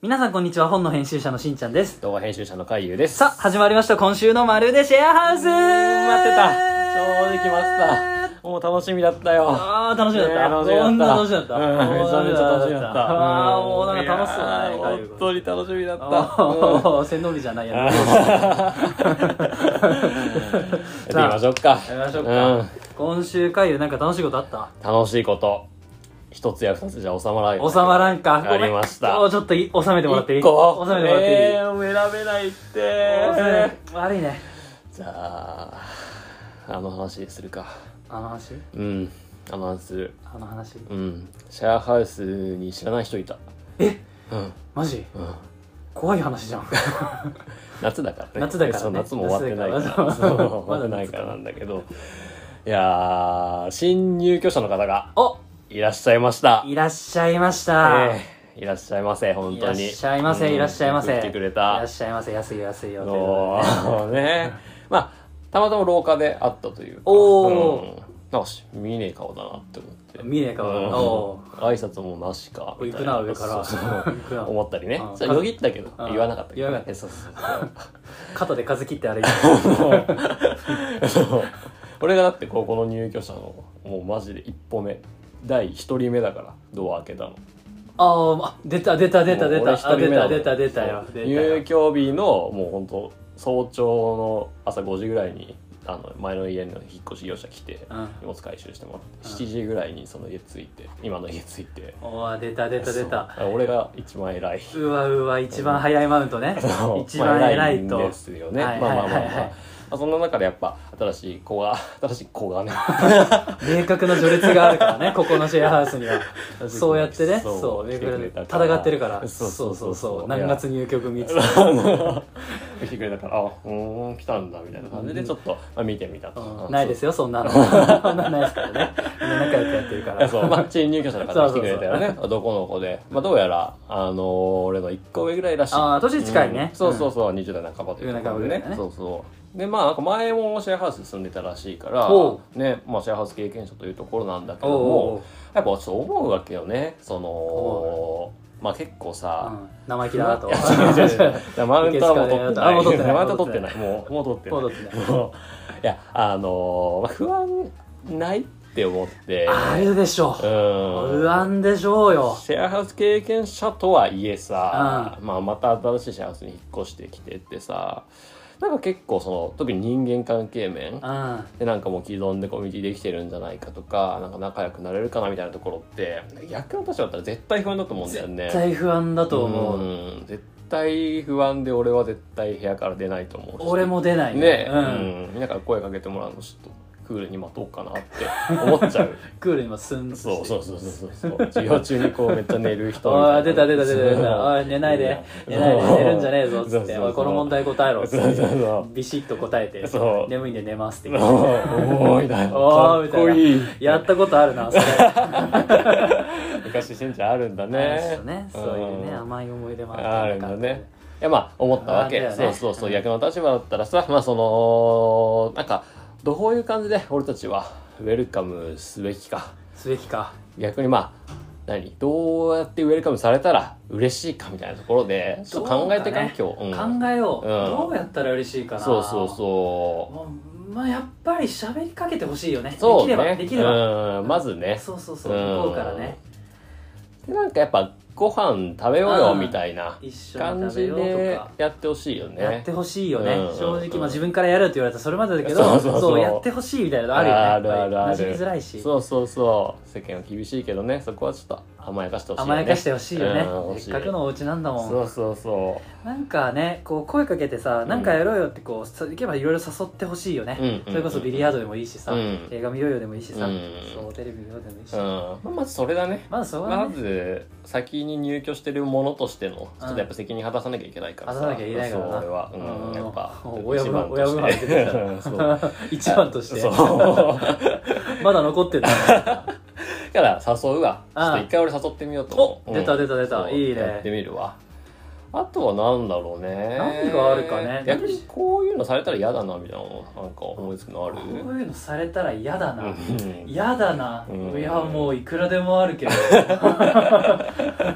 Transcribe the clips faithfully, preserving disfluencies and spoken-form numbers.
皆さんこんにちは。本の編集者のしんちゃんです。 動画編集者の海優です。 さあ始まりました、今週のまるでシェアハウス。 待ってた、ちょうど来ました。もう楽しみだったよ。 ああ楽しみだった、 ね、楽しみだった。 こんな楽しみだった、 うん、めちゃめちゃ楽しみだった。 ああもうなんか楽しそうだね。 本当に楽しみだった。 千利じゃないやろ。 やってみましょうか。 やりましょうか、うん、今週海優なんか楽しいことあった？ 楽しいこと一つや二つじゃ収まらない。 収まらんか。 ありました。 今日ちょっと収めてもらっていい？ 一個収めてもらっていい？ えー、選べないって、 えー、悪いね。 じゃああの話するか。 あの話？ うんあの話する。 あの話？ うんシェアハウスに知らない人いた。 えうんマジ？ うん怖い話じゃん。 夏だからね。 夏だからね。 そう夏も終わってないから。そう終わってないからなんだけど、いやー新入居者の方がおいらっしゃいました。 いらっしゃいました、 えー、いらっしゃいませ。本当にいらっしゃいませ、うん、いらっしゃいませ。 来てくれた。 いらっしゃいませ。安い安いよそうね。まあたまたま廊下で会ったというか、 おお、 うん、なんか見ねえ顔だなって思って。 見ねえ顔だな、うん、 お挨拶もなしかみたいな。行くな上からそうそう思ったりね。ちょっとよぎったけど言わなかったけど、 言わなかった。 そうそうそう肩で風切って歩いてそう俺がだって高校の入居者のもうマジで一歩目第一人目だからドア開けたの。 ああ出た出た出た出た出た出た出たよ。 入居日のもうほんと早朝の朝ごじぐらいにあの前の家の引っ越し業者来て荷物回収してもらって、うん、しちじぐらいにその家着いて今の家着いて、 おお出た出た出た。 俺が一番偉い。 うわうわ一番早いマウントね。一番偉いと、 まあ、偉いんですよね。まあまあまあまあまあ、そんな中でやっぱ新しい子が新しい子がね明確な序列があるからねここのシェアハウスにはそうやってね、そうそう明確な戦ってるから、そうそうそうそう何月入居組っつって来てくれたから、あうーん来たんだみたいな感じでちょっと、まあ、見てみたと、 うん、ないですよそんなのそんなないですからね。みんな仲良くやってるからそう、まあ、新入居者の方が来てくれたよね。どこの子で、まあ、どうやらあのー、俺のいっこ上ぐらいらしい。 ああ年近いね、 うん、そうそうそう、にじゅう代半ばというところでね、そうそうでまあなんか前もシェアハウスに住んでたらしいからね、まあ、シェアハウス経験者というところなんだけども、やっぱちょっと思うわけよね。そのまあ結構さ、うん、 生意気だなと。 マウントはもう取ってない。 マウント取ってない。もうもう取ってない。 もう取ってない。 いやあのー、まあ、不安ないって思って。 あるでしょう。うん、不安でしょうよ。 シェアハウス経験者とはいえさ、うん、まあまた新しいシェアハウスに引っ越してきてってさ。なんか結構その特に人間関係面でなんかもう既存でコミュニティできてるんじゃないかとか、なんか仲良くなれるかなみたいなところって逆の立場だったら絶対不安だと思うんだよね。 絶対不安だと思う。 うん、絶対不安で俺は絶対部屋から出ないと思うし。 俺も出ないね。 ね、うん、みんなから声かけてもらうのちょっとクールに待とうかなって思っちゃう。 クールにもスンとそうそうそうそうそう授業中にこうめっちゃ寝る人ああ出た出た出た出た。おい寝ないで寝ないで寝るんじゃねえぞっつって、おいこの問題答えろっつってビシッと答えて、眠いんで寝ますって言って、 おーみたいな、かっこいい。 やったことあるなそれ。 昔しんちゃんあるんだね。 そういうね甘い思い出もあるんだね。いやまあ思ったわけ。そうそうそう、逆の立場だったらさ、まあそのなんかどういう感じで俺たちはウェルカムすべきかすべきか逆にまあ何どうやってウェルカムされたら嬉しいかみたいなところでちょっと考えていかん、ね、今日、 うん、考えよう、うん、どうやったら嬉しいかな。そうそうそう、まあやっぱり喋りかけてほしいよね。 そうね、 できればできれば、 うん、まずね、 そうそうそう、向こうからね。 でなんかやっぱご飯食べようよみたいな感じでやってほしいよね。 やってほしいよね、うん、正直、まあ自分からやるって言われたらそれまでだけど、そうそうそうそうやってほしいみたいなのあるよね。 あるあるある。 馴染みづらいし。 そうそうそう、世間は厳しいけどね、そこはちょっと甘やかしてほしいよね。 甘やかしてほしいよね、うん、せっかくのお家なんだもん。 そうそうそう、 なんかねこう声かけてさ、なんかやろうよってこう行けばいろいろ誘ってほしいよね、うん、それこそビリヤードでもいいしさ、うん、映画見ようよでもいいしさ、うん、そうテレビ見ようでもいいし、うんまあ、まずそれだね。 まずそれだね。 まず先に入居してるものとしてのちょっとやっぱ責任果たさなきゃいけないからさ、 果たさなきゃいけないからな。 それは、うん、やっぱ親分親分が出てきた一番としてまだ残ってるんだから誘うわ。ちょっと一回俺誘ってみようと思う。 出た出た出た、いいね。 やってみるわ。あとはなんだろうね。 何があるかね。 逆にこういうのされたら嫌だなみたいなのなんか思いつくのある？ こういうのされたら嫌だな。嫌だな。いやもういくらでもあるけど。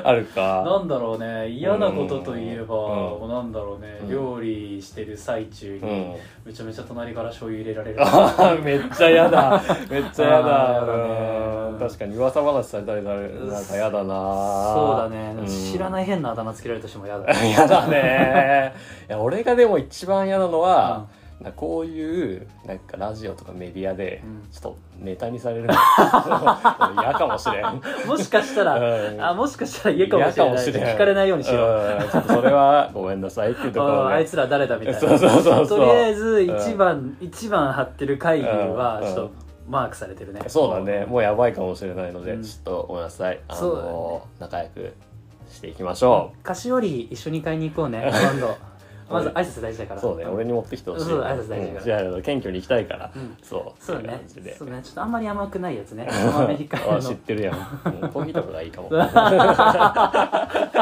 あるか。 なんだろうね、嫌なことといえば、うん、なんだろうね、うん、料理してる最中に、うん、めちゃめちゃ隣から醤油入れられる。 めっちゃ嫌だ。めっちゃ嫌だ。ね、確かに噂話されたりされるなんか嫌だな。 そうだね、うん、知らない変なあだ名つけられた人も嫌だね。嫌だね。いや俺がでも一番嫌なのは、うん、こういうなんかラジオとかメディアでちょっとネタにされるの、うん、嫌かもしれん。 もしかしたら、うん、あもしかしたら嫌かもしれない。しれん聞かれないようにしよう、 うん、ちょっとそれはごめんなさいっていうところであいつら誰だみたいな。 そうそうそうそう、 とりあえず一番、うん、一番張ってる会議はちょっとマークされてるね、うん、 そうだね、もうやばいかもしれないので、うん、ちょっとごめんなさい、あの、ね、仲良くしていきましょう。 菓子折り一緒に買いに行こうね今度。まず挨拶大事だから。 そうね、俺に持ってきてほしい。 そう挨拶大事だから。 じゃあ謙虚に行きたいから。そう。 そうね。そうね。ちょっとあんまり甘くないやつね。アメリカの。 知ってるやん。コーヒーとかがいいかも。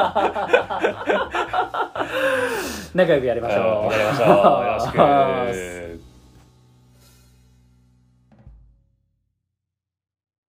仲良くやりましょう。 やりましょう。よろしく。